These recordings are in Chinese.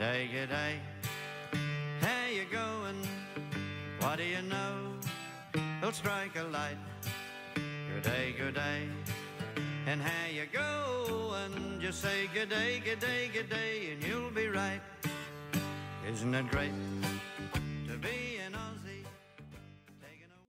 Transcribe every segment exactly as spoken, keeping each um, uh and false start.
G'day, g'day, how you going? What do you know? He'll strike a light. G'day, g'day, and how you going? Just say g'day, g'day, g'day, and you'll be right. Isn't it great to be an Aussie? Taking a...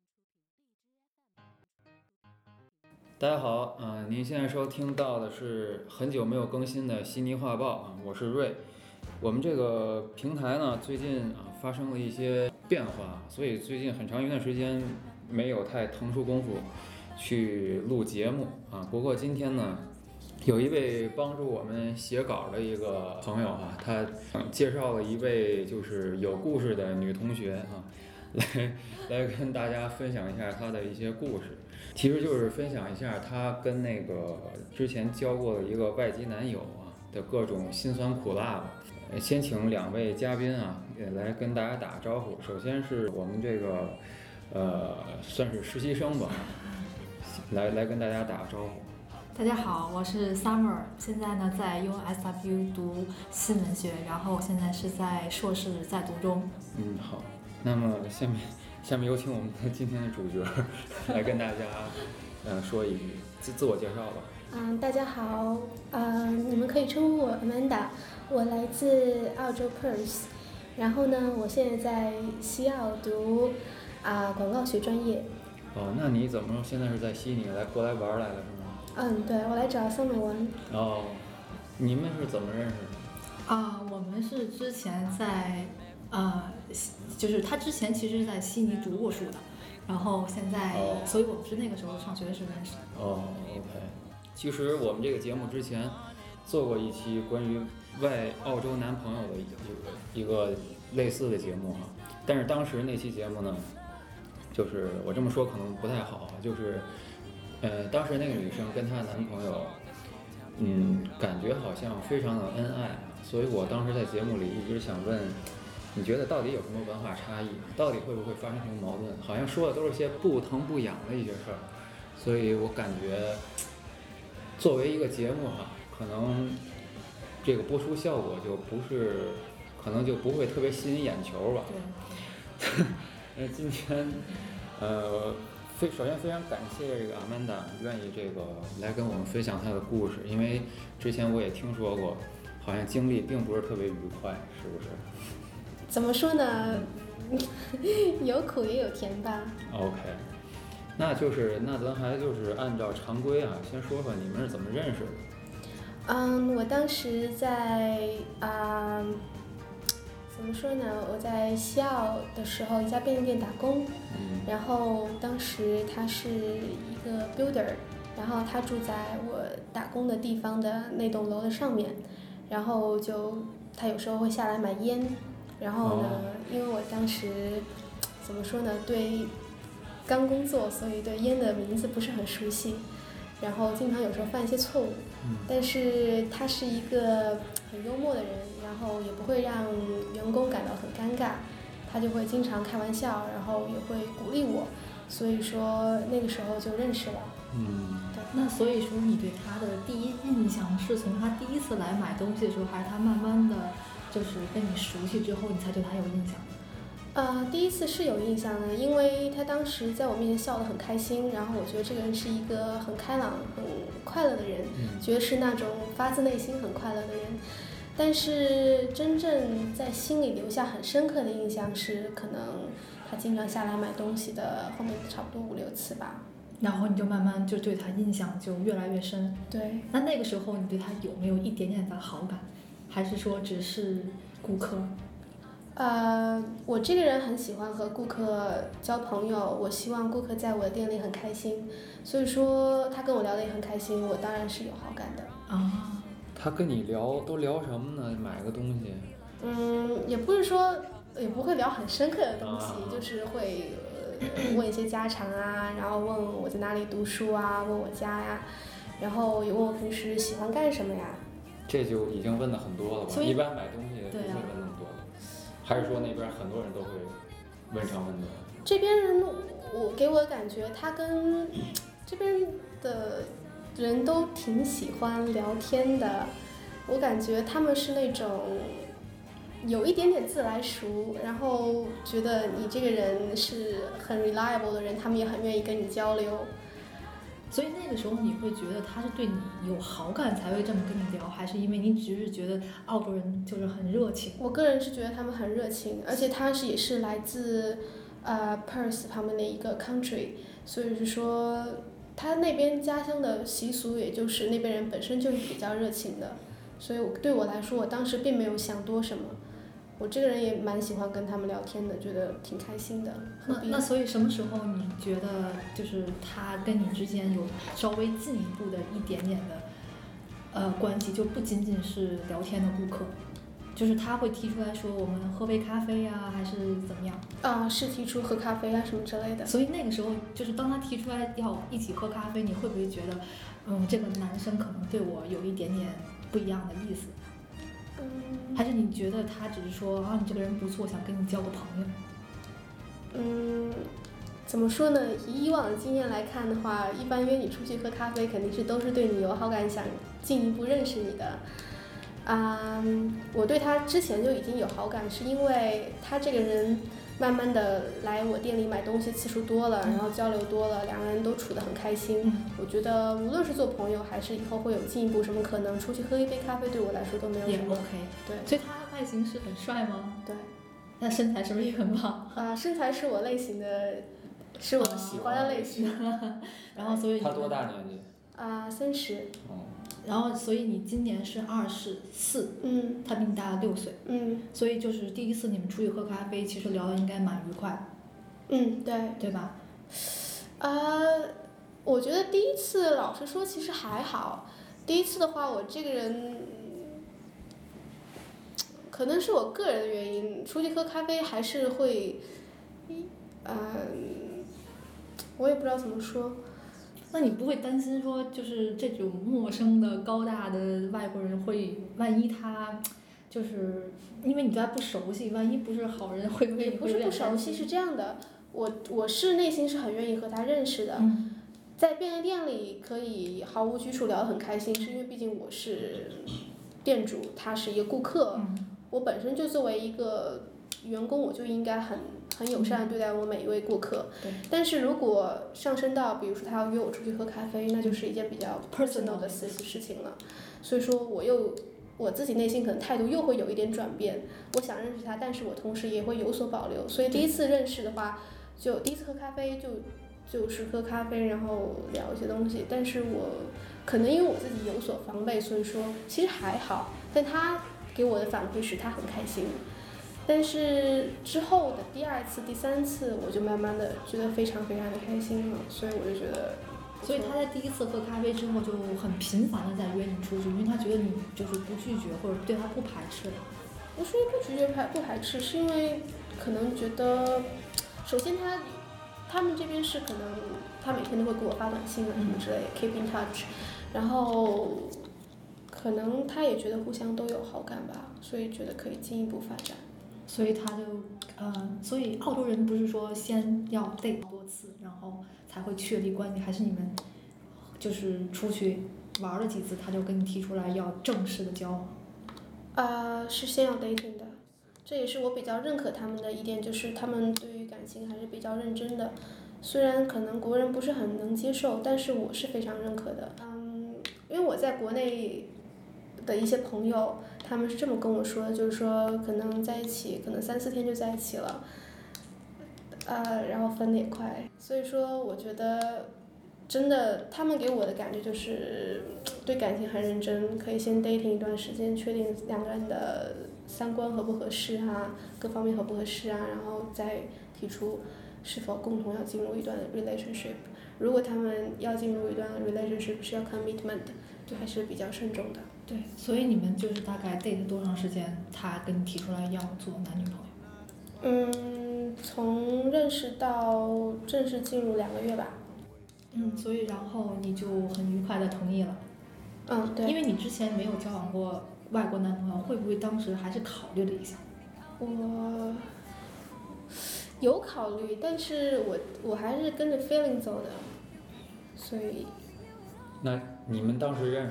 大家好，嗯、呃，您现在收听到的是很久没有更新的悉尼画报啊，我是瑞。我们这个平台呢，最近啊发生了一些变化，所以最近很长一段时间没有太腾出功夫去录节目啊。不过今天呢，有一位帮助我们写稿的一个朋友啊，他介绍了一位就是有故事的女同学啊，来来跟大家分享一下她的一些故事。其实就是分享一下她跟那个之前交过的一个外籍男友啊的各种辛酸苦辣吧。先请两位嘉宾啊，也来跟大家打个招呼。首先是我们这个呃算是实习生吧，来来跟大家打个招呼。 大家好，我是 Summer， 现在呢在 U N S W 读新闻学，然后现在是在硕士在读中。 嗯，好，那么下面下面有请我们的今天的主角来跟大家呃说一句自自我介绍吧。 嗯，大家好，呃，你们可以称呼我 Amanda， 我来自澳洲 Perth， 然后呢，我现在在西澳读啊、呃、广告学专业。 哦，那你怎么现在是在悉尼来过来玩来了是吗？ 嗯，对，我来找 Summer 玩。 哦，你们是怎么认识的？ 啊、呃，我们是之前在呃，就是他之前其实是在悉尼读过书的，然后现在，哦、所以我们是那个时候上学的时候认识的。 哦 ，OK。其实我们这个节目之前做过一期关于外澳洲男朋友的一个一个类似的节目哈，但是当时那期节目呢，就是我这么说可能不太好，就是呃，当时那个女生跟她男朋友，嗯，感觉好像非常的恩爱，所以我当时在节目里一直想问，你觉得到底有什么文化差异？到底会不会发生什么矛盾？好像说的都是些不疼不痒的一些事儿，所以我感觉。作为一个节目哈，可能这个播出效果就不是，可能就不会特别吸引眼球吧。 对。 那今天，呃，非首先非常感谢这个阿曼达愿意这个来跟我们分享她的故事，因为之前我也听说过，好像经历并不是特别愉快，是不是？ 怎么说呢？有苦也有甜吧。 OK。那就是那咱还就是按照常规啊，先说说你们是怎么认识的。 嗯，我当时在啊、呃，怎么说呢？我在西澳的时候，一家便利店打工， 嗯、 然后当时他是一个 builder， 然后他住在我打工的地方的那栋楼的上面，然后就他有时候会下来买烟，然后呢，哦、因为我当时怎么说呢，对。刚工作，所以对烟的名字不是很熟悉，然后经常有时候犯一些错误。 嗯、 但是他是一个很幽默的人，然后也不会让员工感到很尴尬，他就会经常开玩笑，然后也会鼓励我，所以说那个时候就认识了。 嗯， 对。那所以说你对他的第一印象是从他第一次来买东西的时候，还是他慢慢的就是跟你熟悉之后，你才对他有印象？ 呃，第一次是有印象的，因为他当时在我面前笑得很开心，然后我觉得这个人是一个很开朗、很快乐的人， 嗯、 觉得是那种发自内心很快乐的人。但是真正在心里留下很深刻的印象是，可能他经常下来买东西的后面差不多五六次吧。 然后你就慢慢就对他印象就越来越深。 对。 那那个时候你对他有没有一点点的好感，还是说只是顾客？ 呃，我这个人很喜欢和顾客交朋友，我希望顾客在我的店里很开心，所以说他跟我聊得也很开心，我当然是有好感的。 啊， 他跟你聊都聊什么呢？买个东西？ 嗯，也不是说，也不会聊很深刻的东西， 啊、 就是会、呃、问一些家常啊，然后问我在哪里读书啊，问我家呀，然后也问我平时喜欢干什么呀。 这就已经问的很多了吧？一般买东西不会问那么多。还是说那边很多人都会问长问短？ 这边人，我给我的感觉，他跟这边的人都挺喜欢聊天的。我感觉他们是那种有一点点自来熟，然后觉得你这个人是很 reliable 的人，他们也很愿意跟你交流。 所以那个时候你会觉得他是对你有好感才会这么跟你聊，还是因为你只是觉得澳洲人就是很热情？ 我个人是觉得他们很热情，而且他是也是来自呃 Perth 旁边的一个 country， 所以是说他那边家乡的习俗，也就是那边人本身就是比较热情的，所以我对我来说，我当时并没有想多什么。我这个人也蛮喜欢跟他们聊天的，觉得挺开心的。 那那所以什么时候你觉得就是他跟你之间有稍微进一步的一点点的呃关系，就不仅仅是聊天的顾客，就是他会提出来说我们喝杯咖啡啊，还是怎么样？ 啊，是提出喝咖啡啊什么之类的。 所以那个时候就是当他提出来要一起喝咖啡，你会不会觉得，嗯，这个男生可能对我有一点点不一样的意思？ 嗯， 还是你觉得他只是说啊你这个人不错，想跟你交个朋友？ 嗯，怎么说呢？以以往的经验来看的话，一般约你出去喝咖啡，肯定是都是对你有好感，想进一步认识你的。啊、嗯，我对他之前就已经有好感，是因为他这个人慢慢的来我店里买东西次数多了，然后交流多了，两个人都处得很开心。 嗯， 我觉得无论是做朋友，还是以后会有进一步什么可能，出去喝一杯咖啡对我来说都没有也什么。 OK。 对， 所以他外形是很帅吗？ 对。 那身材是不是也很棒？ 啊、身材是我类型的，是我喜欢的类型。 然后所以他多大年纪？ 啊，三十。 哦， 然后所以你今年是二十四， 嗯他比你大了六岁， 嗯所以就是第一次你们出去喝咖啡，其实聊的应该蛮愉快的， 嗯，对。 对吧？ 啊、我觉得第一次老实说其实还好。第一次的话，我这个人可能是我个人的原因，出去喝咖啡还是会，嗯、我也不知道怎么说。 那你不会担心说，就是这种陌生的高大的外国人会，万一他，就是因为你对他不熟悉，万一不是好人，会不会也不是不熟悉，是这样的，我我是内心是很愿意和他认识的。 嗯在便利店里可以毫无拘束聊得很开心，是因为毕竟我是店主，他是一个顾客， 嗯我本身就作为一个员工，我就应该很很友善地对待我每一位顾客。 对。 但是如果上升到比如说他要约我出去喝咖啡，那就是一件比较 personal 的事事情了。所以说我又我自己内心可能态度又会有一点转变，我想认识他，但是我同时也会有所保留。所以第一次认识的话，就第一次喝咖啡就就是喝咖啡，然后聊一些东西。但是我可能因为我自己有所防备，所以说其实还好。但他给我的反馈是他很开心。但是之后的第二次、第三次，我就慢慢的觉得非常非常的开心了，所以我就觉得。 所以他在第一次喝咖啡之后就很频繁的在约你出去，因为他觉得你就是不拒绝或者对他不排斥。 不是不拒绝排不排斥，是因为可能觉得，首先他他们这边是可能他每天都会给我发短信啊什么之类的 keep in touch， 然后可能他也觉得互相都有好感吧，所以觉得可以进一步发展。 所以他就，呃，所以澳洲人不是说先要 date 多次，然后才会确立关系，还是你们就是出去玩了几次，他就跟你提出来要正式的交往？ 呃，是先要 dating 的，这也是我比较认可他们的一点，就是他们对于感情还是比较认真的。虽然可能国人不是很能接受，但是我是非常认可的。嗯，因为我在国内的一些朋友，他们是这么跟我说的，就是说可能在一起，可能三四天就在一起了，呃，然后分得也快。所以说，我觉得真的，他们给我的感觉就是对感情很认真，可以先 dating 一段时间，确定两个人的三观合不合适啊，各方面合不合适啊，然后再提出是否共同要进入一段 relationship。如果他们要进入一段 relationship 是要 commitment， 还是比较慎重的。 对，所以你们就是大概 date 多长时间，他跟你提出来要做男女朋友？ 嗯，从认识到正式进入两个月吧。 嗯，所以然后你就很愉快的同意了。 嗯，对。 因为你之前没有交往过外国男朋友，会不会当时还是考虑了一下？ 我有考虑，但是我我还是跟着 feeling 走的，所以。 那你们当时认识吗？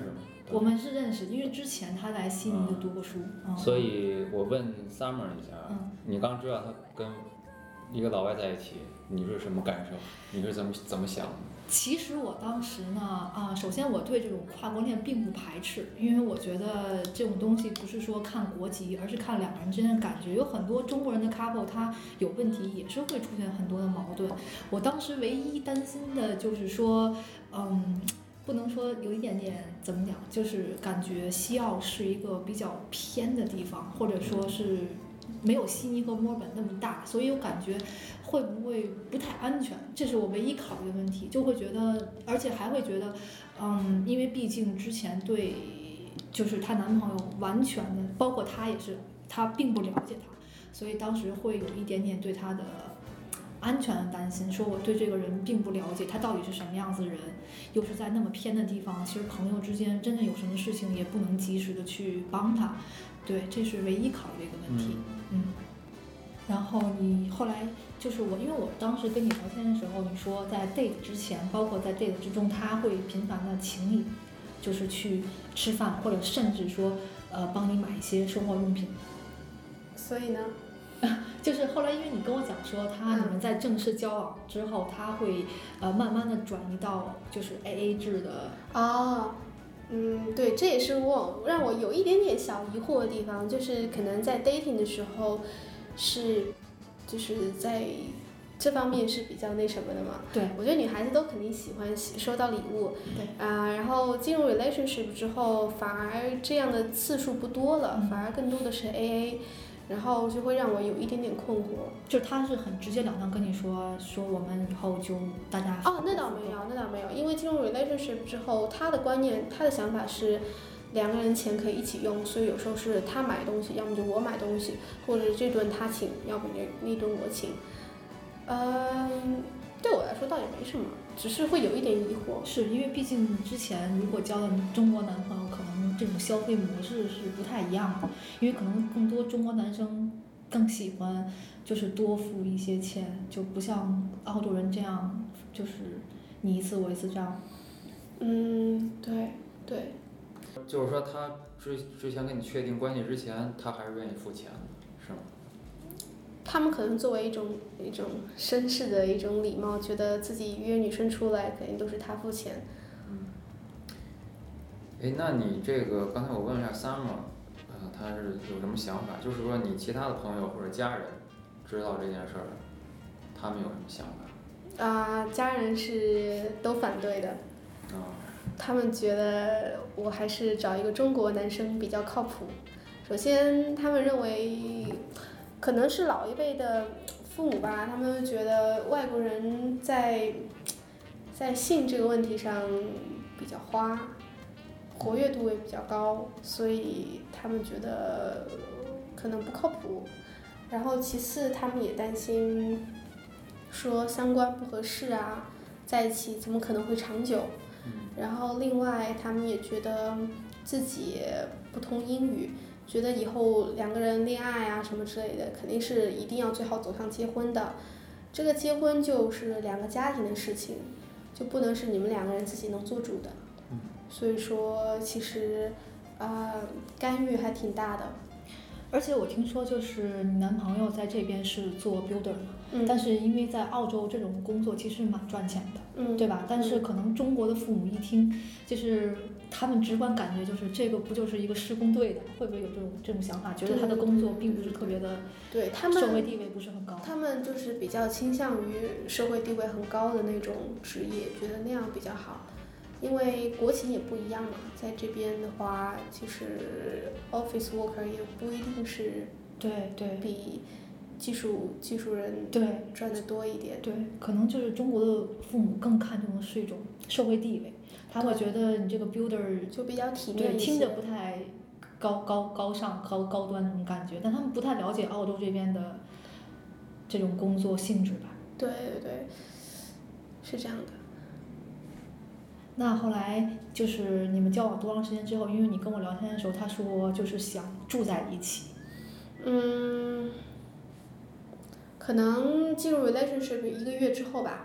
我们是认识，因为之前他来悉尼就读过书。嗯、 所以我问 Summer 一下， 嗯、 你刚知道他跟一个老外在一起，你是什么感受？你是怎么怎么想的？ 其实我当时呢，啊，首先我对这种跨国恋并不排斥，因为我觉得这种东西不是说看国籍，而是看两个人之间的感觉。有很多中国人的 couple， 他有问题也是会出现很多的矛盾。我当时唯一担心的就是说，嗯，不能说有一点点怎么讲，就是感觉西澳是一个比较偏的地方，或者说是没有悉尼和墨尔本那么大，所以我感觉会不会不太安全，这是我唯一考虑的问题，就会觉得，而且还会觉得，嗯，因为毕竟之前对，就是她男朋友完全的，包括她也是，她并不了解他，所以当时会有一点点对他的安全的担心，说我对这个人并不了解，他到底是什么样子的人，又是在那么偏的地方，其实朋友之间真的有什么事情也不能及时的去帮他，对，这是唯一考虑的一个问题，嗯。嗯然后你后来就是我，因为我当时跟你聊天的时候，你说在 date 之前，包括在 date 之中，他会频繁的请你，就是去吃饭，或者甚至说，呃，帮你买一些生活用品。 所以呢， 就是后来因为你跟我讲说，他你们在正式交往之后，他会呃慢慢的转移到就是 A A 制的。 哦。嗯，对，这也是我让我有一点点小疑惑的地方，就是可能在 dating 的时候。是，就是在这方面是比较那什么的嘛。 对， 我觉得女孩子都肯定喜欢收到礼物。 对啊、呃，然后进入 relationship 之后，反而这样的次数不多了， 嗯、 反而更多的是 A A， 然后就会让我有一点点困惑。 就他是很直截了当跟你说，说我们以后就大家。 哦，那倒没有，那倒没有，因为进入 relationship 之后，他的观念，他的想法是。两个人钱可以一起用，所以有时候是他买东西，要么就我买东西，或者这顿他请，要不那那顿我请。嗯，对我来说倒也没什么，只是会有一点疑惑。 是因为毕竟之前如果交的中国男朋友，可能这种消费模式是不太一样的，因为可能更多中国男生更喜欢就是多付一些钱，就不像澳洲人这样，就是你一次我一次这样。 嗯，对对。 就是说，他之之前跟你确定关系之前，他还是愿意付钱的，是吗？ 他们可能作为一种一种绅士的一种礼貌，觉得自己约女生出来，肯定都是他付钱。 嗯。哎，那你这个刚才我问了一下 Summer， 呃，他是有什么想法？就是说，你其他的朋友或者家人知道这件事儿，他们有什么想法？ 啊、呃，家人是都反对的。 啊、哦。 他们觉得我还是找一个中国男生比较靠谱。首先，他们认为可能是老一辈的父母吧，他们觉得外国人在在性这个问题上比较花，活跃度也比较高，所以他们觉得可能不靠谱。然后其次，他们也担心说三观不合适啊，在一起怎么可能会长久？然后另外他们也觉得自己不通英语，觉得以后两个人恋爱啊什么之类的，肯定是一定要最好走向结婚的。这个结婚就是两个家庭的事情，就不能是你们两个人自己能做主的。所以说其实啊、呃、干预还挺大的。 而且我听说就是你男朋友在这边是做 builder 嘛， 嗯， 但是因为在澳洲这种工作其实蛮赚钱的， 嗯， 对吧？但是可能中国的父母一听，就是他们直观感觉就是这个不就是一个施工队的，会不会有这种这种想法？觉得他的工作并不是特别的， 对他们社会地位不是很高。 他们就是比较倾向于社会地位很高的那种职业，觉得那样比较好。因为国情也不一样嘛，在这边的话，其实 office worker 也不一定是对对比技术技术人对赚的多一点。 对，可能就是中国的父母更看重的是一种社会地位，他会觉得你这个 builder 就比较体面一些，对，听着不太高高高尚高高端那种感觉，但他们不太了解澳洲这边的这种工作性质吧。 对对对，是这样的。 那后来就是你们交往多长时间之后，因为你跟我聊天的时候，他说就是想住在一起。 嗯，可能进入 relationship 一个月之后吧，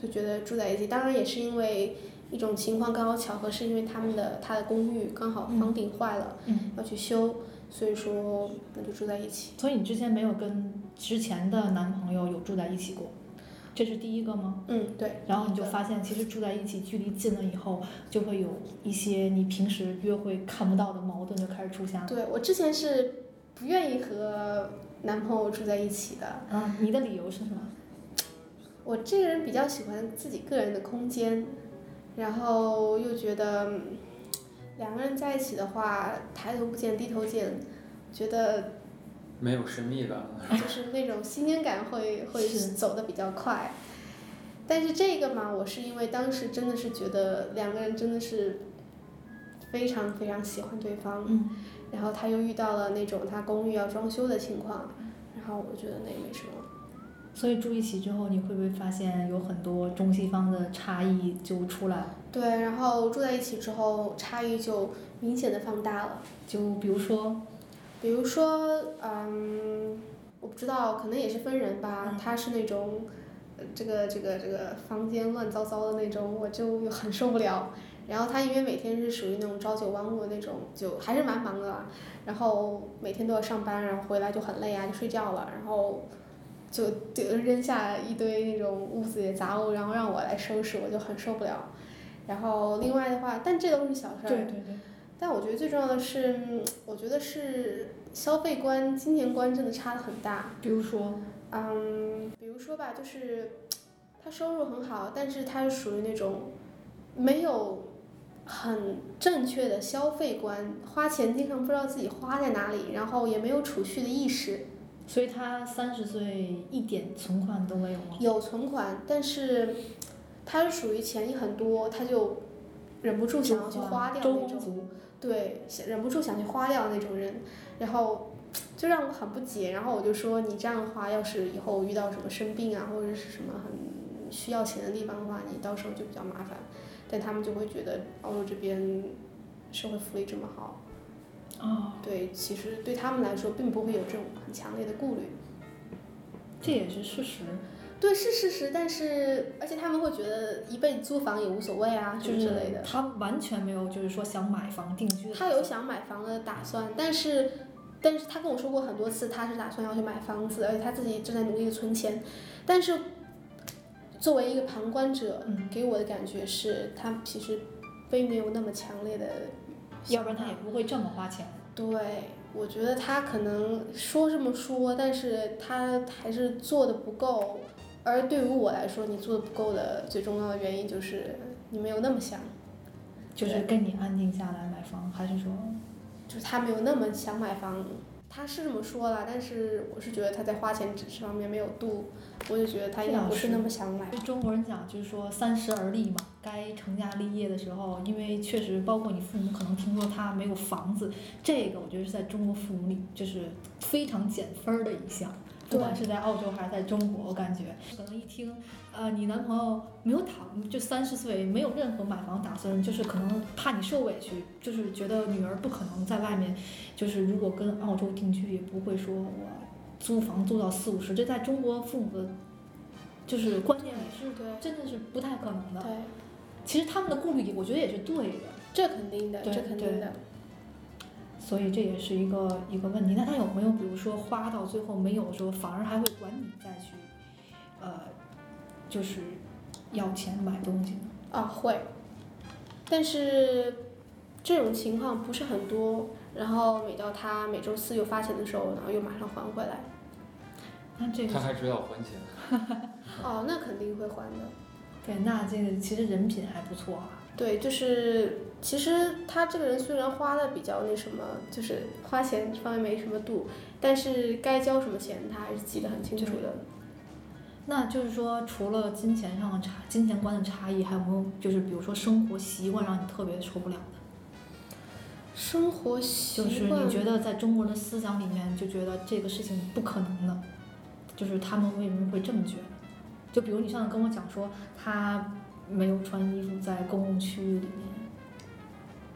就觉得住在一起。当然也是因为一种情况刚好巧合，是因为他们的他的公寓刚好房顶坏了， 嗯， 要去修，所以说那就住在一起。 所以你之前没有跟之前的男朋友有住在一起过，这是第一个吗？ 嗯，对。 然后你就发现，其实住在一起，距离近了以后，就会有一些你平时约会看不到的矛盾就开始出现了。 对，我之前是不愿意和男朋友住在一起的。 嗯，你的理由是什么？ 我这个人比较喜欢自己个人的空间，然后又觉得嗯两个人在一起的话，抬头不见低头见，觉得没有神秘感了。 就是那种新鲜感会会是走得比较快。但是这个嘛，我是因为当时真的是觉得两个人真的是非常非常喜欢对方， 嗯， 然后他又遇到了那种他公寓要装修的情况，然后我觉得那也没什么。 所以住一起之后，你会不会发现有很多中西方的差异就出来了？ 对，然后住在一起之后，差异就明显的放大了。 就比如说， 比如说，嗯，我不知道，可能也是分人吧。 嗯他是那种，呃这个这个这个房间乱糟糟的那种，我就很受不了。然后他因为每天是属于那种朝九晚五的那种，就还是蛮忙的啦。然后每天都要上班，然后回来就很累啊，就睡觉了。然后就就扔下一堆那种屋子里的杂物，然后让我来收拾，我就很受不了。然后另外的话，但这都是小事儿。 对对对。 但我觉得最重要的是，嗯我觉得是消费观、金钱观真的差得很大。 比如说， 嗯，比如说吧，就是他收入很好，但是他是属于那种没有很正确的消费观，花钱经常不知道自己花在哪里，然后也没有储蓄的意识。 所以他三十岁一点存款都没有吗？ 有存款，但是他是属于钱一很多，他就忍不住想要去花掉那种。对，忍不住想去花掉那种人，然后就让我很不解。然后我就说，你这样的话，要是以后遇到什么生病啊，或者是什么很需要钱的地方的话，你到时候就比较麻烦。但他们就会觉得澳洲这边社会福利这么好。 哦。 对，其实对他们来说，并不会有这种很强烈的顾虑。 这也是事实。 对，是事实，但是而且他们会觉得一辈子租房也无所谓啊， 就是之类的。 他完全没有就是说想买房定居的。 他有想买房的打算，但是，但是他跟我说过很多次，他是打算要去买房子，而且他自己正在努力的存钱。但是，作为一个旁观者， 嗯， 给我的感觉是他其实并没有那么强烈的， 要不然他也不会这么花钱。 对，我觉得他可能说这么说，但是他还是做的不够。而对于我来说，你做的不够的最重要的原因就是你没有那么想， 就是跟你安定下来买房，还是说， 就是他没有那么想买房。他是这么说了，但是我是觉得他在花钱这方面没有度，我就觉得他应该不是那么想买。 对中国人讲就是说三十而立嘛，该成家立业的时候，因为确实包括你父母可能听说他没有房子，这个我觉得是在中国父母里就是非常减分的一项。不管是在澳洲还是在中国，我感觉可能一听，呃，你男朋友没有打，就三十岁没有任何买房打算，就是可能怕你受委屈，就是觉得女儿不可能在外面，就是如果跟澳洲定居，也不会说我租房租到四五十，这在中国父母的，就是观念里是真的是不太可能的。 对， 其实他们的顾虑，我觉得也是对的。 这肯定的，这肯定的。 所以这也是一个一个问题。那他有没有比如说花到最后没有的时候，反而还会管你再去，呃，就是要钱买东西呢？ 啊，会。但是这种情况不是很多。然后每到他每周四又发钱的时候，然后又马上还回来。 那这个他还知道还钱。 哦，那肯定会还的。 对，那这个其实人品还不错啊。 对，就是其实他这个人虽然花的比较那什么，就是花钱这方面没什么度，但是该交什么钱他还是记得很清楚的。 那就是说，除了金钱上的差、金钱观的差异，还有没有就是比如说生活习惯让你特别受不了的？ 生活习惯就是你觉得在中国人的思想里面，就觉得这个事情不可能的，就是他们为什么会这么觉得？就比如你上次跟我讲说，他没有穿衣服在公共区域里面。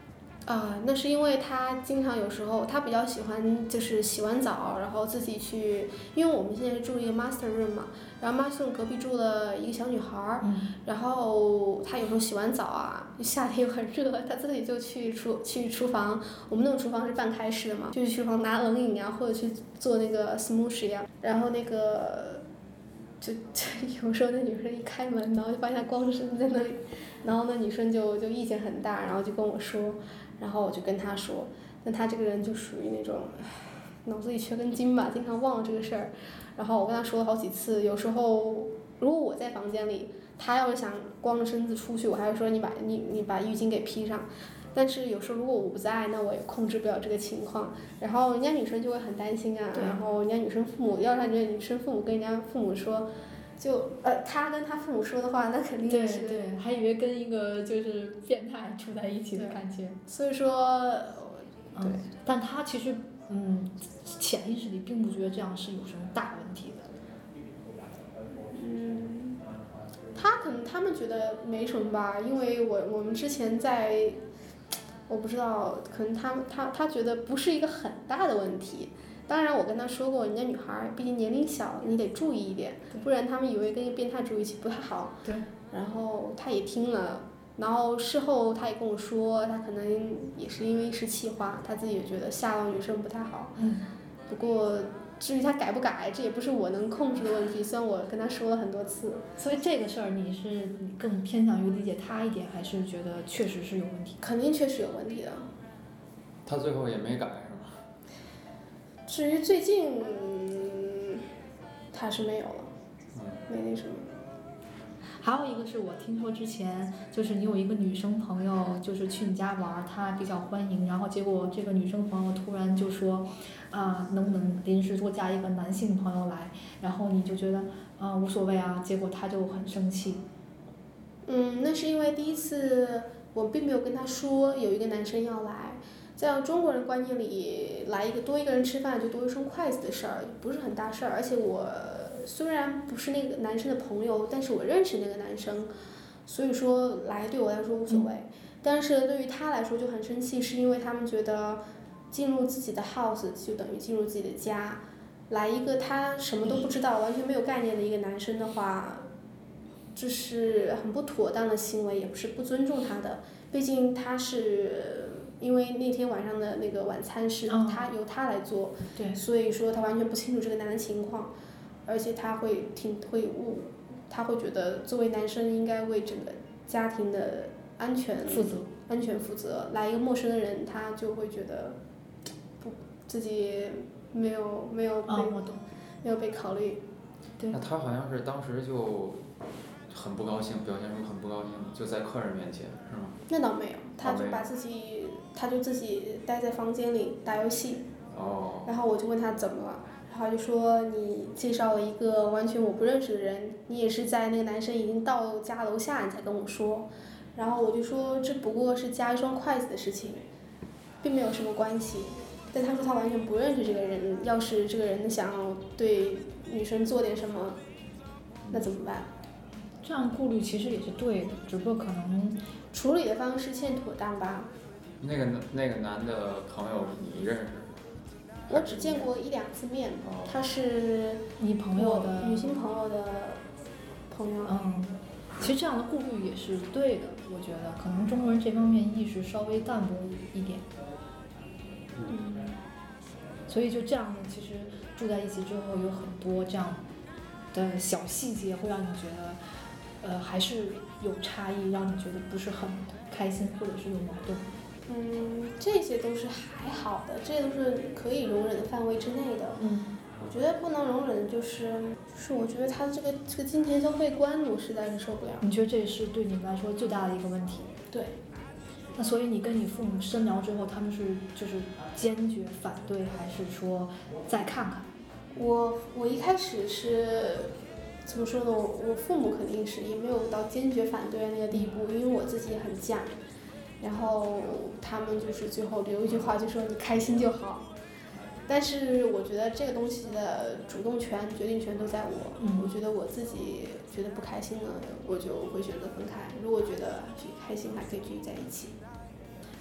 啊、那是因为他经常有时候他比较喜欢就是洗完澡，然后自己去，因为我们现在住一个 master room 嘛，然后 master room 隔壁住了一个小女孩儿， 嗯然后他有时候洗完澡啊，夏天又很热，他自己就去厨去厨房，我们那种厨房是半开式的嘛，就去厨房拿冷饮啊，或者去做那个 smoothie 啊，然后那个就就有时候那女生一开门，然后就发现他光着身子在那里，然后那女生就就意见很大，然后就跟我说，然后我就跟他说，但他这个人就属于那种脑子里缺根筋吧，经常忘了这个事儿。然后我跟他说了好几次，有时候如果我在房间里，他要是想光着身子出去，我还会说你把你你把浴巾给披上。但是有时候如果我不在，那我也控制不了这个情况。然后人家女生就会很担心啊，然后人家女生父母要让人家女生父母跟人家父母说，就呃他跟他父母说的话，那肯定对是对，还以为跟一个就是变态处在一起的感觉。 所以说，对， 嗯，但他其实嗯潜意识里并不觉得这样是有什么大问题的。 嗯，他可能他们觉得没什么吧，因为我我们之前在，我不知道，可能他他他觉得不是一个很大的问题。当然，我跟他说过，人家女孩儿毕竟年龄小，你得注意一点，不然他们以为跟一个变态住一起不太好。 对。 然后他也听了，然后事后他也跟我说，他可能也是因为一时气话，他自己也觉得吓到女生不太好。 嗯。 不过至于他改不改，这也不是我能控制的问题，虽然我跟他说了很多次。 所以这个事儿，你是更偏向于理解他一点，还是觉得确实是有问题？ 肯定确实有问题的。 他最后也没改是吗？ 至于最近，嗯、他是没有了，没那什么。 还有一个是我听说之前就是你有一个女生朋友就是去你家玩，她比较欢迎，然后结果这个女生朋友突然就说，啊、能不能临时多加一个男性朋友来，然后你就觉得啊、无所谓啊，结果她就很生气。 嗯，那是因为第一次我并没有跟他说有一个男生要来，在中国人观念里，来一个多一个人吃饭就多一双筷子的事儿，不是很大事儿，而且我。虽然不是那个男生的朋友，但是我认识那个男生，所以说来对我来说无所谓。嗯、但是对于他来说就很生气，是因为他们觉得进入自己的 house 就等于进入自己的家，来一个他什么都不知道、完全没有概念的一个男生的话，这是很不妥当的行为，也不是不尊重他的。毕竟他是因为那天晚上的那个晚餐是他、嗯、由他来做， 对， 所以说他完全不清楚这个男的情况。而且他会挺会误，他会觉得作为男生应该为整个家庭的安全负责， 安全负责。来一个陌生的人，他就会觉得不自己没有没有被、 哦、我懂没有被考虑。对。 那他好像是当时就很不高兴，表现出很不高兴，就在客人面前，是吗？ 那倒没有，他就把自己，他就自己待在房间里打游戏。 哦。 然后我就问他怎么了。他就说你介绍了一个完全我不认识的人，你也是在那个男生已经到家楼下你才跟我说，然后我就说这不过是加一双筷子的事情，并没有什么关系。但他说他完全不认识这个人，要是这个人想对女生做点什么，那怎么办？ 这样顾虑其实也是对的，只不过可能处理的方式欠妥当吧。 那个那个男的朋友你认识？ 我只见过一两次面，他是你朋友的女性朋友的朋友。 嗯，其实这样的顾虑也是对的，我觉得可能中国人这方面意识稍微淡薄一点。 嗯。 所以就这样，其实住在一起之后，有很多这样的小细节会让你觉得，呃，还是有差异，让你觉得不是很开心，或者是有矛盾。 嗯，这些都是还好的，这些都是可以容忍的范围之内的。 嗯， 我觉得不能容忍的就是，就是我觉得他这个这个金钱消费观，我实在是受不了。 你觉得这是对你们来说最大的一个问题？ 对。 那所以你跟你父母深聊之后，他们是就是坚决反对，还是说再看看？ 我我一开始是怎么说呢？我我父母肯定是也没有到坚决反对的那个地步，因为我自己也很犟。然后他们就是最后留一句话，就说你开心就好。但是我觉得这个东西的主动权、决定权都在我。 嗯、 我觉得我自己觉得不开心了，我就会选择分开。如果觉得开心，还可以继续在一起。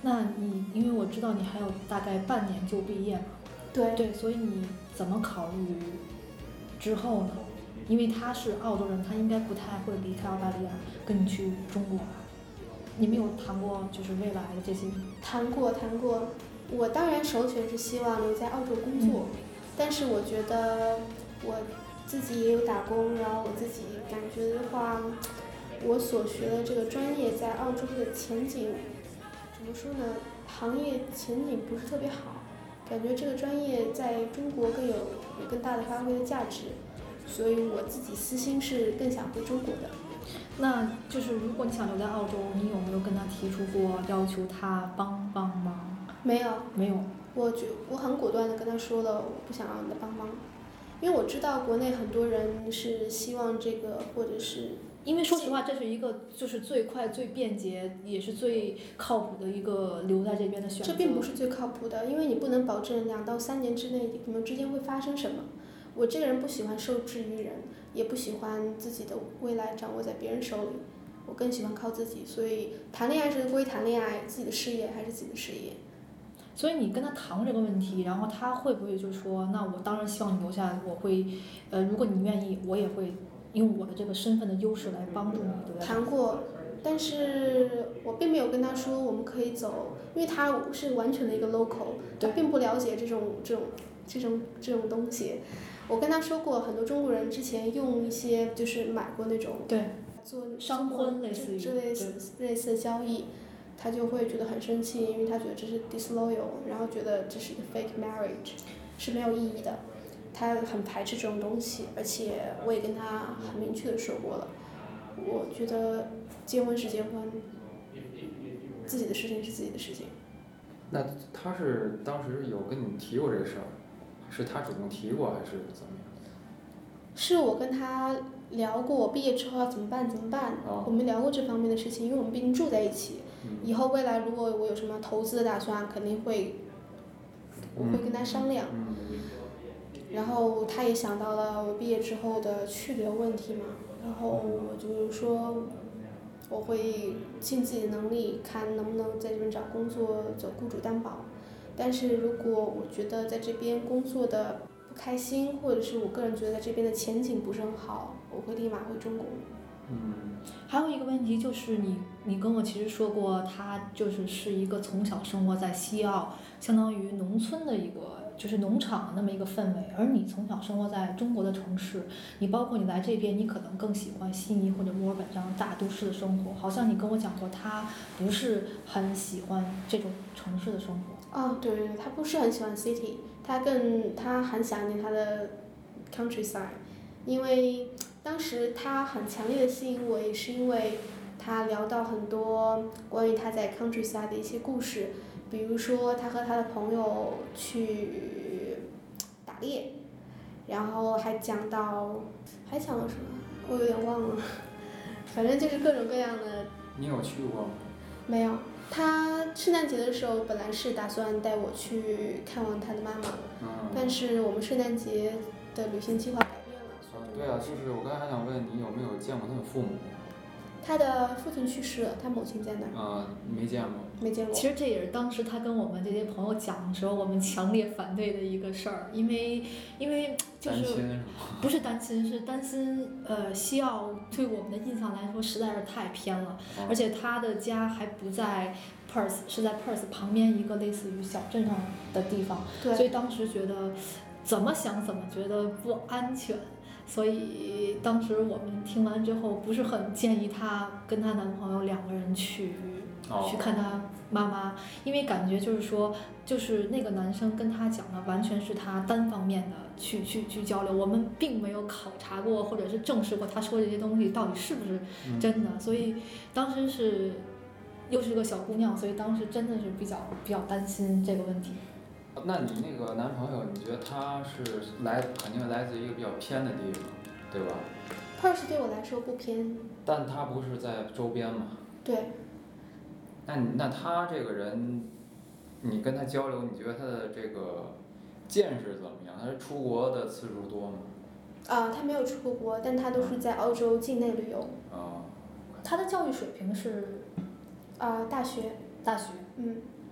那你因为我知道你还有大概半年就毕业嘛， 对对，所以你怎么考虑之后呢？因为他是澳洲人，他应该不太会离开澳大利亚跟你去中国吧？你们有谈过就是未来的这些？ 谈过谈过，我当然首选是希望留在澳洲工作， 嗯、 但是我觉得我自己也有打工，然后我自己感觉的话，我所学的这个专业在澳洲的前景怎么说呢？行业前景不是特别好，感觉这个专业在中国更有有更大的发挥的价值，所以我自己私心是更想回中国的。 那就是如果你想留在澳洲，你有没有跟他提出过要求他帮帮忙？ 没有， 没有。 我觉我很果断的跟他说了，我不想让你的帮忙，因为我知道国内很多人是希望这个，或者是因为说实话，这是一个就是最快、最便捷，也是最靠谱的一个留在这边的选择。 这并不是最靠谱的，因为你不能保证两到三年之内你们之间会发生什么。我这个人不喜欢受制于人，也不喜欢自己的未来掌握在别人手里，我更喜欢靠自己。所以谈恋爱是归谈恋爱，自己的事业还是自己的事业。 所以你跟他谈这个问题，然后他会不会就说，那我当然希望你留下来，我会，呃，如果你愿意，我也会用我的这个身份的优势来帮助你，对不对？ 谈过，但是我并没有跟他说我们可以走，因为他是完全的一个 local， 他并不了解这种这种这种这种东西。我跟他说过，很多中国人之前用一些就是买过那种对做商婚类似于这类似类似的交易，他就会觉得很生气，因为他觉得这是 disloyal， 然后觉得这是一个 fake marriage， 是没有意义的。他很排斥这种东西，而且我也跟他很明确的说过了，我觉得结婚是结婚，自己的事情是自己的事情。 那他是当时有跟你提过这个事儿，是他主动提过还是怎么样？ 是我跟他聊过，我毕业之后要怎么办怎么办， 哦、 我们聊过这方面的事情，因为我们毕竟住在一起， 嗯、 以后未来如果我有什么投资的打算，肯定会，我会跟他商量。 嗯嗯然后他也想到了我毕业之后的去留问题嘛，然后我就说我会尽自己的能力看能不能在这边找工作走雇主担保，但是如果我觉得在这边工作的不开心，或者是我个人觉得在这边的前景不是很好，我会立马回中国。 嗯， 还有一个问题就是你你跟我其实说过，他就是是一个从小生活在西澳，相当于农村的一个。就是农场的那么一个氛围，而你从小生活在中国的城市，你包括你来这边，你可能更喜欢悉尼或者墨尔本这样大都市的生活。好像你跟我讲过，他不是很喜欢这种城市的生活。 哦，对对对，他不是很喜欢 city， 他更他很想念他的 countryside， 因为当时他很强烈的吸引我，也是因为他聊到很多关于他在 countryside 的一些故事。比如说他和他的朋友去打猎，然后还讲到还讲了什么我有点忘了，反正就是各种各样的。 你有去过吗？ 没有，他圣诞节的时候本来是打算带我去看望他的妈妈， 嗯、 但是我们圣诞节的旅行计划改变了。 啊，对啊，就是我刚才还想问你有没有见过他的父母？ 他的父亲去世了，他母亲在那儿。 啊、嗯，没见过。 没见过。 其实这也是当时他跟我们这些朋友讲的时候，我们强烈反对的一个事儿，因为因为就是不是担心，是担心呃西澳对我们的印象来说实在是太偏了， 哦、 而且他的家还不在 Perth， 是在 Perth 旁边一个类似于小镇上的地方，所以当时觉得怎么想怎么觉得不安全。所以当时我们听完之后，不是很建议她跟她男朋友两个人去、 哦、 去看她妈妈，因为感觉就是说，就是那个男生跟她讲的完全是他单方面的去去去交流，我们并没有考察过或者是证实过他说这些东西到底是不是真的，嗯、所以当时是又是个小姑娘，所以当时真的是比较比较担心这个问题。 那你那个男朋友，你觉得他是来肯定来自一个比较偏的地方，对吧 ？Perth 对我来说不偏。 但他不是在周边嘛？ 对。 那你那他这个人，你跟他交流，你觉得他的这个见识怎么样？他是出国的次数多吗？ 啊，他没有出过国，但他都是在澳洲境内旅游。 啊。 他的教育水平是？ 啊，大学。 大学。 嗯。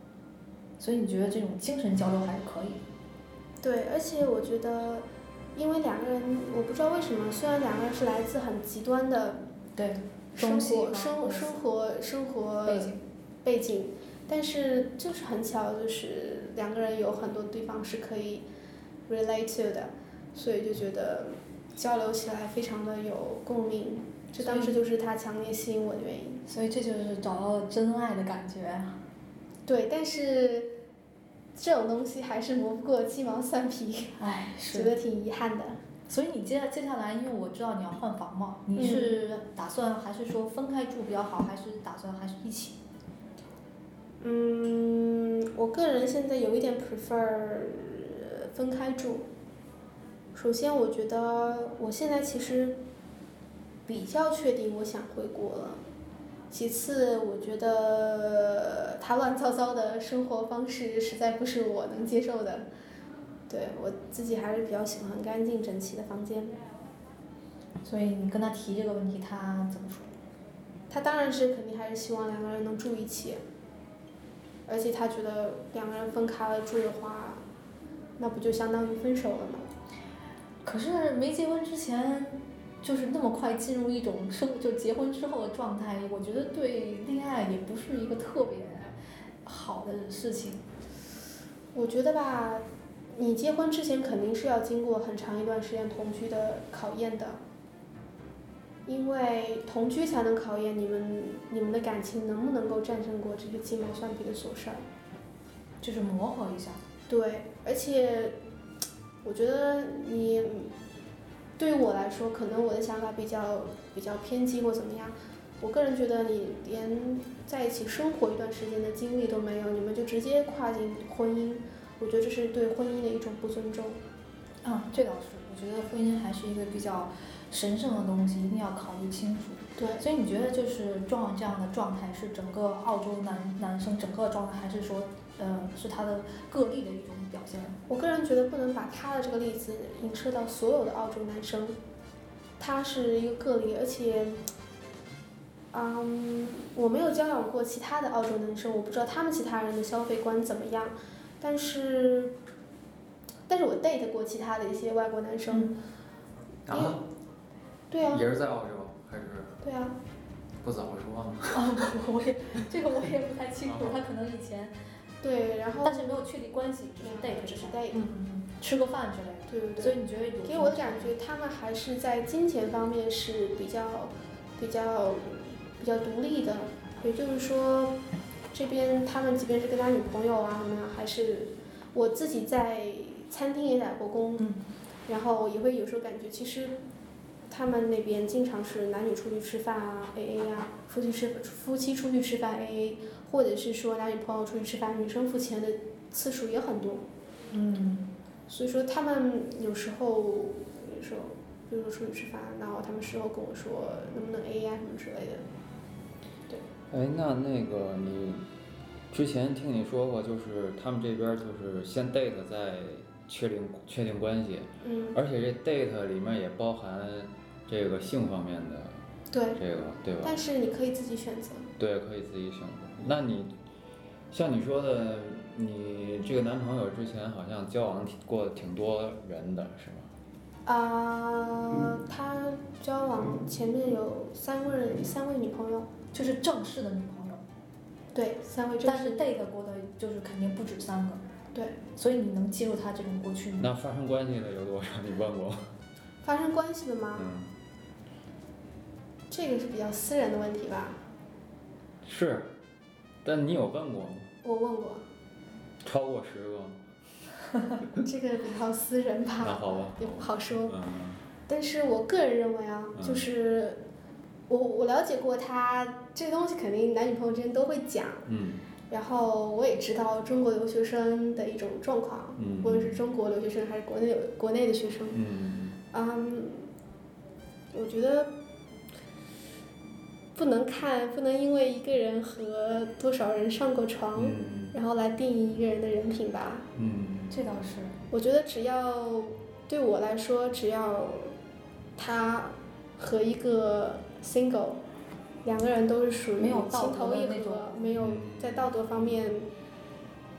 所以你觉得这种精神交流还是可以？ 对，而且我觉得，因为两个人，我不知道为什么，虽然两个人是来自很极端的对生中西活方生生活生活背景， 背景，但是就是很巧，就是两个人有很多地方是可以 relate to 的，所以就觉得交流起来非常的有共鸣，这当时就是他强烈吸引我的原因。 所以这就是找到了真爱的感觉。 对，但是这种东西还是磨不过鸡毛蒜皮， 哎， 觉得挺遗憾的。 所以你接接下来，因为我知道你要换房嘛，你是打算还是说分开住比较好，还是打算还是一起？ 嗯，我个人现在有一点 prefer 分开住。首先，我觉得我现在其实比较确定我想回国了。其次，我觉得他乱糟糟的生活方式实在不是我能接受的。对，我自己还是比较喜欢干净整齐的房间。 所以你跟他提这个问题，他怎么说？ 他当然是肯定还是希望两个人能住一起，而且他觉得两个人分开了住的话，那不就相当于分手了吗？ 可是没结婚之前，就是那么快进入一种生，就结婚之后的状态，我觉得对恋爱也不是一个特别好的事情。 我觉得吧，你结婚之前肯定是要经过很长一段时间同居的考验的，因为同居才能考验你们你们的感情能不能够战胜过这些鸡毛蒜皮的琐事儿， 就是磨合一下。 对，而且我觉得你对于我来说，可能我的想法比较比较偏激或怎么样。我个人觉得你连在一起生活一段时间的经历都没有，你们就直接跨进婚姻，我觉得这是对婚姻的一种不尊重。 啊，这倒是，我觉得婚姻还是一个比较神圣的东西，一定要考虑清楚。 对， 所以你觉得就是壮这样的状态是整个澳洲男男生整个状态，还是说，呃，是他的个例的一种表现？ 我个人觉得不能把他的这个例子影射到所有的澳洲男生，他是一个个例，而且，嗯，我没有交往过其他的澳洲男生，我不知道他们其他人的消费观怎么样，但是，但是我 date 过其他的一些外国男生， 嗯、啊， 对啊， 也是在澳洲还是？ 对啊。 不早说吗？ 啊，我也这个我也不太清楚，他可能以前。 对，然后但是没有确立关系，只是 date， 只是 date， 嗯嗯，吃个饭之类的。 对对对。 所以你觉得有？ 给我的感觉，他们还是在金钱方面是比较、比较、比较独立的。也就是说，这边他们即便是跟他女朋友啊什么的，还是我自己在餐厅也打过工， 嗯， 然后也会有时候感觉，其实他们那边经常是男女出去吃饭啊 A A 啊，夫妻吃夫妻出去吃饭 A A。或者是说男女朋友出去吃饭，女生付钱的次数也很多。 嗯， 所以说他们有时候，有时候，比如说出去吃饭，然后他们事后跟我说能不能 A A 啊什么之类的。对。 哎，那那个你之前听你说过，就是他们这边就是先 date 再确定确定关系。 嗯。 而且这 date 里面也包含这个性方面的。 对。 这个对吧？ 但是你可以自己选择。 对，可以自己选择。那你像你说的，你这个男朋友之前好像交往过挺多人的，是吗？ 啊、呃，他交往前面有三位三位女朋友， 就是正式的女朋友。 对，三位正式。 但是 date 过的就是肯定不止三个。 对。 所以你能接受他这种过去吗？ 那发生关系的有多少？你问过？ 发生关系的吗？ 嗯。 这个是比较私人的问题吧。 是，但你有问过吗？ 我问过。 超过十个？ 这个比较私人吧。 那好吧。 也不好说。 嗯。 但是我个人认为啊， 嗯、 就是我我了解过他这个东西，肯定男女朋友之间都会讲。 嗯。 然后我也知道中国留学生的一种状况， 嗯、 无论是中国留学生还是国内国内的学生。 嗯。 嗯，我觉得。不能看，不能因为一个人和多少人上过床， 嗯、 然后来定义一个人的人品吧。 嗯， 这倒是。 我觉得只要对我来说，只要他和一个 single 两个人都是属于情投意合，没有在道德方面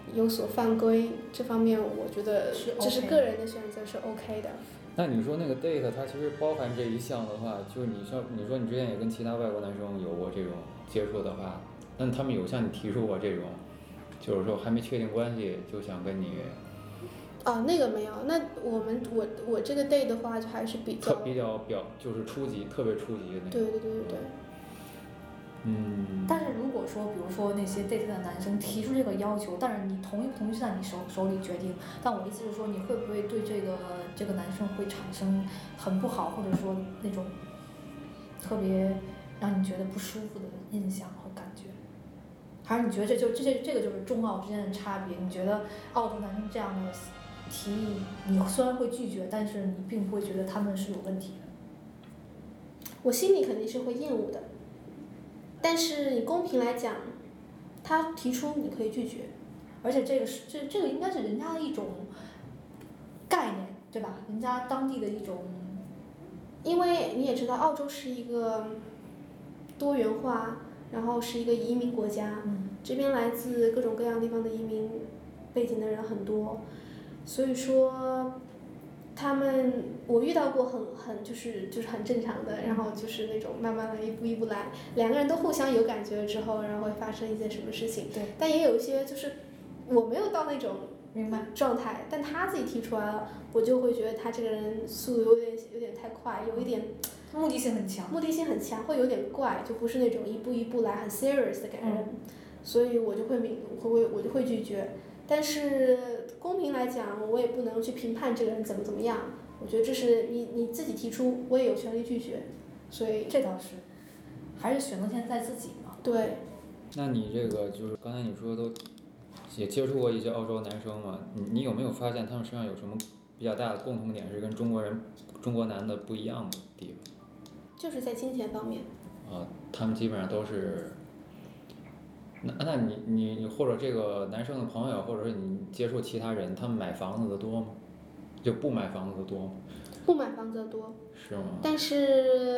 有所犯规，这方面我觉得是 OK 这是个人的选择，是 OK 的。 那你说那个 date 它其实包含这一项的话，就是你说你说你之前也跟其他外国男生有过这种接触的话，那他们有向你提出过这种，就是说还没确定关系就想跟你哦，那个没有。那我们我我这个 date 的话，就还是比较特比较表就是初级特别初级的那种。 对对对对对。 嗯。 但是如果说，比如说那些 date 的男生提出这个要求，但是你同意不同意是在你手手里决定。但我意思是说，你会不会对这个这个男生会产生很不好，或者说那种特别让你觉得不舒服的印象和感觉？还是你觉得这就这这这个就是中澳之间的差别？你觉得澳洲男生这样的提议，你虽然会拒绝，但是你并不会觉得他们是有问题的？ 我心里肯定是会厌恶的。但是你公平来讲，他提出你可以拒绝， 而且这个是这这个应该是人家的一种概念，对吧？人家当地的一种， 因为你也知道，澳洲是一个多元化，然后是一个移民国家， 嗯， 这边来自各种各样地方的移民背景的人很多，所以说他们我遇到过很很就是就是很正常的，然后就是那种慢慢的一步一步来，两个人都互相有感觉之后，然后会发生一件什么事情。 对。 但也有一些就是我没有到那种明白状态，但他自己提出来了，我就会觉得他这个人速度有点有点太快，有一点目的性很强， 目的性很强，会有点怪，就不是那种一步一步来很 serious 的感觉， 嗯、 所以我就会明我会我就会拒绝。但是公平来讲，我也不能去评判这个人怎么怎么样。我觉得这是你你自己提出，我也有权利拒绝，所以这倒是，还是选择权在自己嘛。 对。 那你这个就是刚才你说都也接触过一些澳洲男生嘛，你你有没有发现他们身上有什么比较大的共同点是跟中国人中国男的不一样的地方？ 就是在金钱方面。 啊，他们基本上都是。那那你你你或者这个男生的朋友，或者是你接触其他人，他们买房子的多吗？就不买房子的多吗？ 不买房子的多。 是吗？ 但是，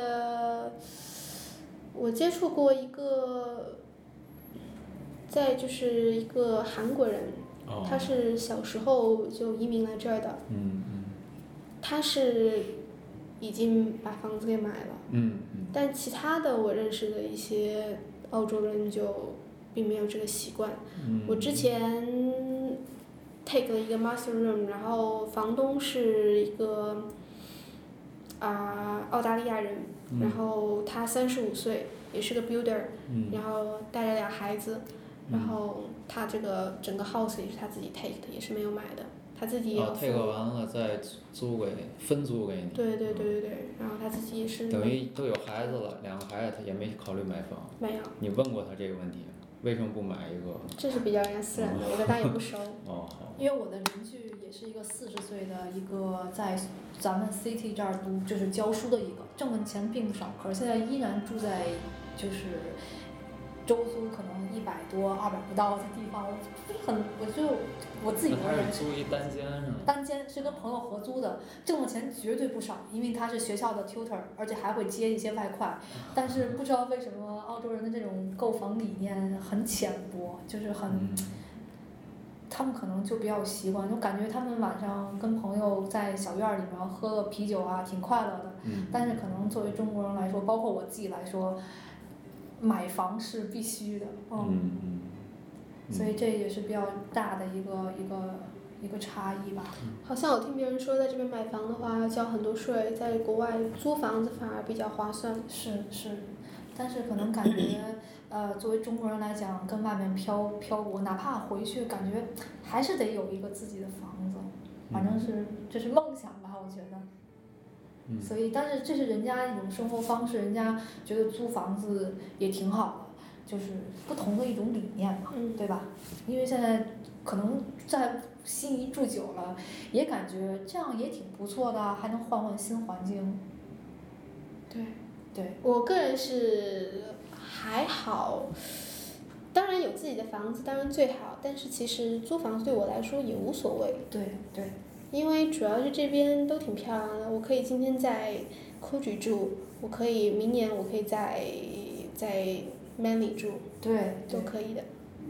我接触过一个，在就是一个韩国人， 哦、 他是小时候就移民来这儿的。 嗯嗯。 他是已经把房子给买了。 嗯嗯。 但其他的我认识的一些澳洲人就并没有这个习惯。 嗯、 我之前 take 了一个 master room， 然后房东是一个啊、呃、澳大利亚人， 嗯、 然后他三十五岁，也是个 builder，、 嗯、 然后带着俩孩子，然后他这个整个 house 也是他自己 take 的，也是没有买的。他自己也有。 哦 take 完了再租给分租给你。 对对对对对，然后他自己也是。 等于都有孩子了，两个孩子他也没考虑买房。 没有。 你问过他这个问题，为什么不买一个？ 这是比较人家私人的，我跟他也不熟。 哦好。 因为我的邻居也是一个四十岁的一个在咱们 City 这儿读就是教书的一个，挣的钱并不少，可是现在依然住在就是周租可能一百多、二百不到的地方，我不是很，我就我自己而言。 那他是租一单间是吗？ 单间是跟朋友合租的，挣的钱绝对不少，因为他是学校的 tutor， 而且还会接一些外快。但是不知道为什么澳洲人的这种购房理念很浅薄，就是很， 嗯、 他们可能就比较习惯，就感觉他们晚上跟朋友在小院里面喝个啤酒啊，挺快乐的。 嗯、 但是可能作为中国人来说，包括我自己来说，买房是必须的。 嗯嗯。嗯所以这也是比较大的一个一个一个差异吧。 好像我听别人说，在这边买房的话要交很多税，在国外租房子反而比较划算。 是是，但是可能感觉，呃，作为中国人来讲，跟外面漂漂泊，哪怕回去，感觉还是得有一个自己的房子，反正是这是梦想吧，我觉得。 嗯。 所以，但是这是人家一种生活方式，人家觉得租房子也挺好的。就是不同的一种理念嘛， 嗯、 对吧？因为现在可能在悉尼住久了，也感觉这样也挺不错的，还能换换新环境。 对， 对我个人是还好，当然有自己的房子当然最好，但是其实租房子对我来说也无所谓。 对对。 因为主要是这边都挺漂亮的，我可以今天在 Coogee 住，我可以明年我可以在在。Manly 住， 对， 都可以的。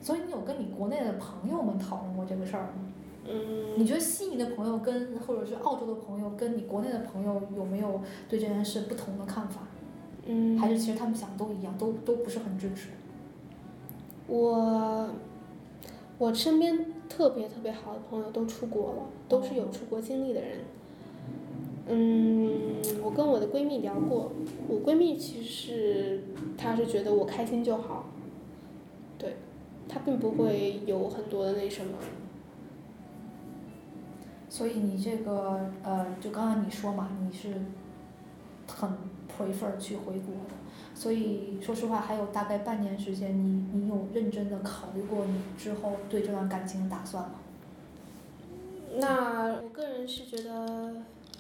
所以你有跟你国内的朋友们讨论过这个事儿吗？ 嗯， 你觉得悉尼的朋友跟或者是澳洲的朋友跟你国内的朋友有没有对这件事不同的看法？ 嗯， 还是其实他们想都一样，都都不是很支持？ 我我身边特别特别好的朋友都出国了，都是有出国经历的人。嗯，我跟我的闺蜜聊过，我闺蜜其实是她是觉得我开心就好，对，她并不会有很多的那什么。 所以你这个呃，就刚刚你说嘛，你是很 prefer 去回国的，所以说实话还有大概半年时间，你你有认真的考虑过你之后对这段感情的打算吗？ 那我个人是觉得，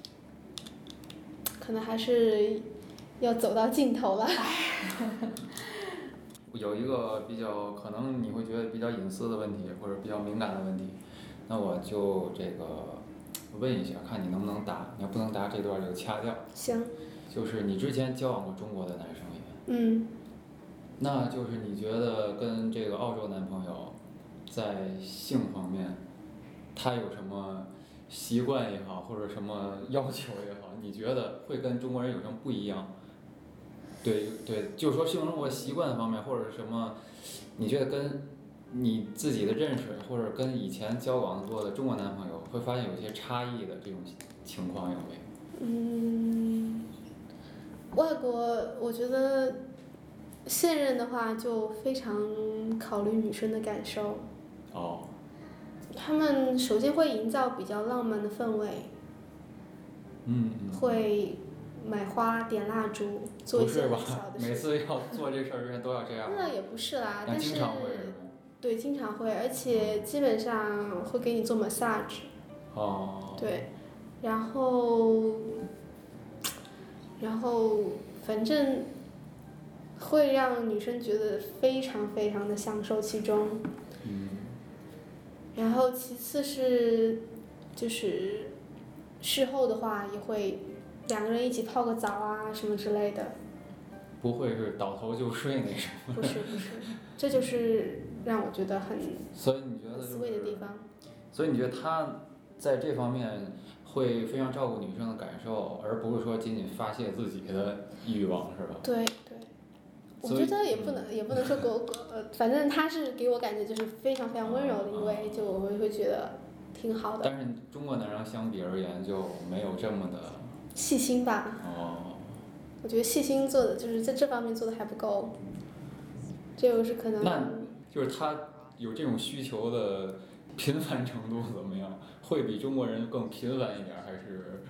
可能还是要走到尽头了。 有一个比较可能你会觉得比较隐私的问题，或者比较敏感的问题，那我就这个问一下，看你能不能答。你要不能答这段就掐掉。 行。 就是你之前交往过中国的男生也。 嗯。 那就是你觉得跟这个澳洲男朋友，在性方面，他有什么习惯也好，或者什么要求也好，你觉得会跟中国人有什么不一样？对对，就是说性生活习惯方面，或者什么，你觉得跟你自己的认识，或者跟以前交往过的中国男朋友，会发现有些差异的这种情况有没有？ 嗯，外国我觉得现任的话就非常考虑女生的感受。 哦。 他们首先会营造比较浪漫的氛围。 嗯嗯。 会买花、点蜡烛，做一些很小的事情。 每次要做这事儿之前都要这样。 那也不是啦，但是经常会是对，经常会，而且基本上会给你做 massage。 哦。 对，然后，然后反正会让女生觉得非常非常的享受其中。 嗯。 然后其次是，就是事后的话也会两个人一起泡个澡啊什么之类的。 不会是倒头就睡那种。 不是不是，这就是让我觉得很所以你觉得就是 ，sweet 的地方。 所以你觉得他在这方面会非常照顾女生的感受，而不是说仅仅发泄自己的欲望，是吧？ 对对，我觉得也不能、嗯、也不能说给我呃，反正他是给我感觉就是非常非常温柔的一位，就我会觉得挺好的。 但是中国男生相比而言就没有这么的细心吧。 哦。 我觉得细心做的就是在这方面做的还不够，这个是可能。 那就是他有这种需求的频繁程度怎么样？会比中国人更频繁一点，还是？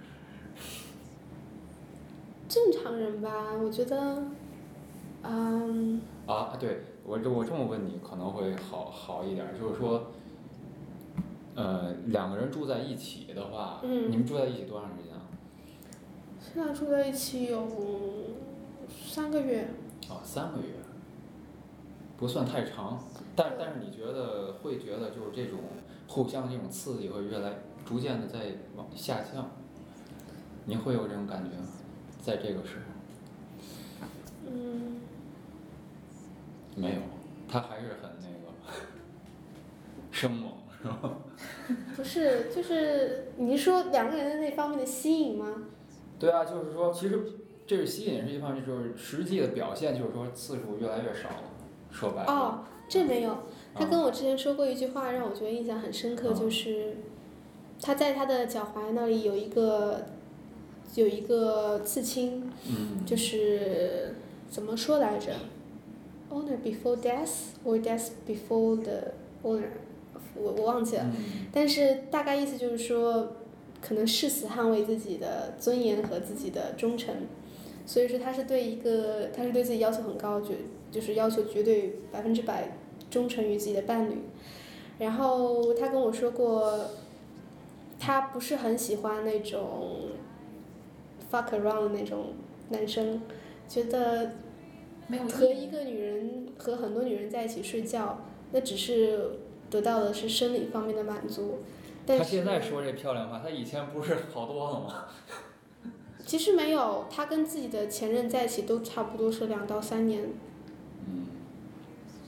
正常人吧，我觉得，嗯。 啊，对，我这我这么问你可能会好好一点，就是说，呃，两个人住在一起的话， 嗯、 你们住在一起多长时间啊？ 现在住在一起有三个月。 哦，三个月，不算太长，但但是你觉得会觉得就是这种互相这种刺激会越来逐渐的在往下降，你会有这种感觉吗？在这个时候？ 嗯。 没有，他还是很那个生猛，是吧？ 不是，就是你是说两个人的那方面的吸引吗？ 对啊，就是说，其实这是吸引是一方面，就是实际的表现，就是说次数越来越少了。说白了。 哦，这没有。他跟我之前说过一句话，让我觉得印象很深刻，就是他在他的脚踝那里有一个有一个刺青， 嗯、 就是怎么说来着 ？Honor before death or death before the honor， 我我忘记了、 嗯。 但是大概意思就是说。可能誓死捍卫自己的尊严和自己的忠诚，所以说他是对一个，他是对自己要求很高，就就是要求绝对百分之百忠诚于自己的伴侣。然后他跟我说过，他不是很喜欢那种 fuck around 的那种男生，觉得和一个女人和很多女人在一起睡觉，那只是得到的是生理方面的满足。 他现在说这漂亮话，他以前不是好多了吗？ 其实没有，他跟自己的前任在一起都差不多是两到三年。 嗯。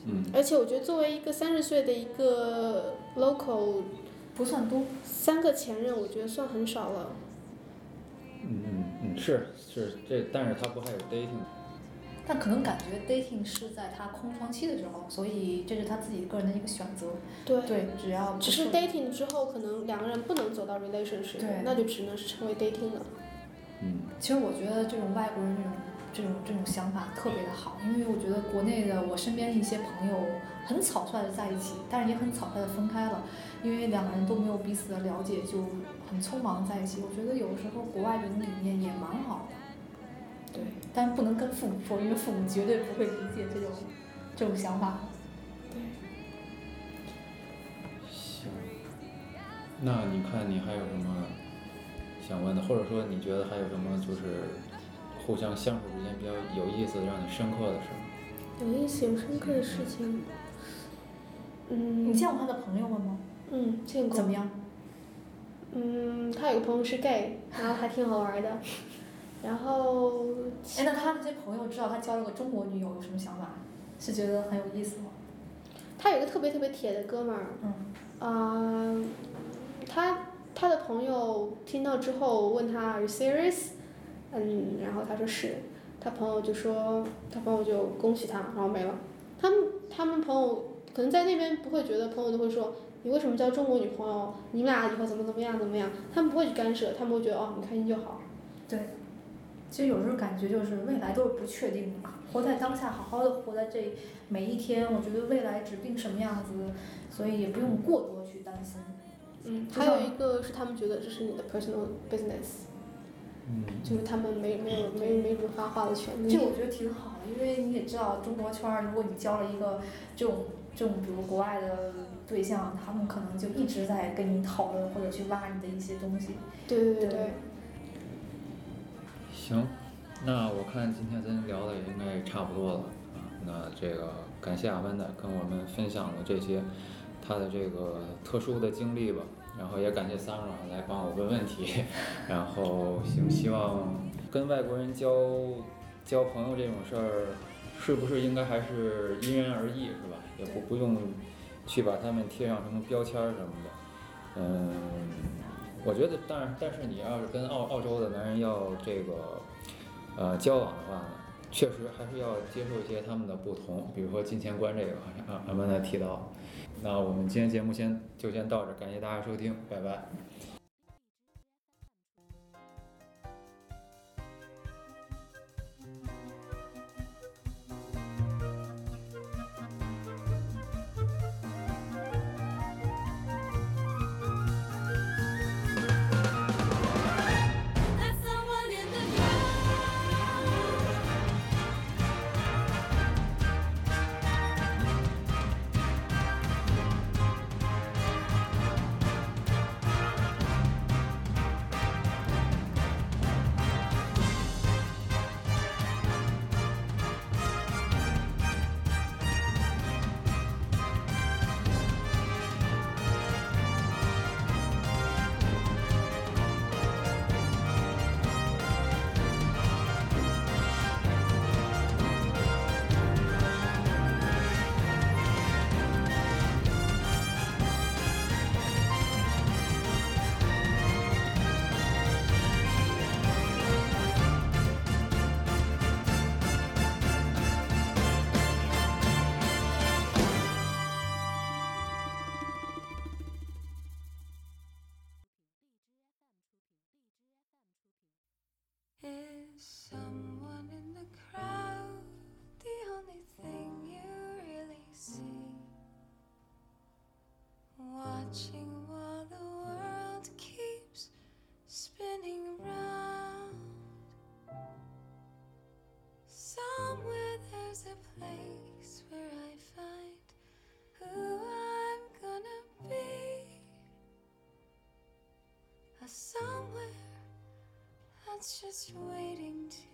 嗯， 而且我觉得作为一个三十岁的一个 local， 不算多。 三个前任我觉得算很少了。 嗯嗯嗯，是是这，但是他不还有 dating？ 但可能感觉 dating 是在他空窗期的时候，所以这是他自己个人的一个选择。 对对，只要只是 dating 之后，可能两个人不能走到 relationship， 对， 那就只能是成为 dating 了。 嗯， 其实我觉得这种外国人这种这种这种想法特别的好，因为我觉得国内的我身边的一些朋友很草率的在一起，但是也很草率的分开了，因为两个人都没有彼此的了解，就很匆忙在一起。我觉得有的时候国外这种理念也蛮好的。对，但是不能跟父母说，因为父母绝对不会理解这种这种想法。 对。 行，那你看你还有什么想问的，或者说你觉得还有什么就是互相相处之间比较有意思的、让你深刻的事？ 有意思、有深刻的事情。嗯。 你见过他的朋友们吗？ 嗯，见过。 怎么样？ 嗯，他有个朋友是 gay， 然后还挺好玩的。然后， 哎，那他那些朋友知道他交了个中国女友有什么想法？是觉得很有意思吗？ 他有一个特别特别铁的哥们儿， 嗯， 啊、呃，他他的朋友听到之后问他 Are you serious？ 嗯，然后他说是，他朋友就说，他朋友就恭喜他，然后没了。他们他们朋友可能在那边不会觉得，朋友都会说你为什么交中国女朋友？你们俩以后怎么怎么样怎么样？他们不会去干涉，他们会觉得哦你开心就好。 对。其实有时候感觉就是未来都是不确定的嘛，活在当下，好好的活在这每一天。我觉得未来指定什么样子，所以也不用过多去担心。 嗯，还有一个是他们觉得这是你的 personal business， 嗯， 就是他们没没有没没什么发话的权利。 这个我觉得挺好的，因为你也知道中国圈儿，如果你交了一个这种这种比如国外的对象，他们可能就一直在跟你讨论或者去挖你的一些东西。 对对对对。 行，那我看今天咱聊的也应该差不多了啊。那这个感谢阿曼达跟我们分享的这些他的这个特殊的经历吧，然后也感谢 Sara 来帮我问问题，然后行，希望跟外国人交交朋友这种事儿，是不是应该还是因人而异，是吧？也不不用去把他们贴上什么标签什么的，嗯。我觉得，但是但是你要是跟澳澳洲的男人要这个，呃，交往的话呢，确实还是要接受一些他们的不同，比如说金钱观这个，好像啊，俺们才提到。那我们今天节目先就先到这，感谢大家收听，拜拜。 Is someone in the crowd the only thing you really see? Watching while the world keeps spinning round. Somewhere there's a place where I find who I'm gonna be. A somewhere that's just waiting to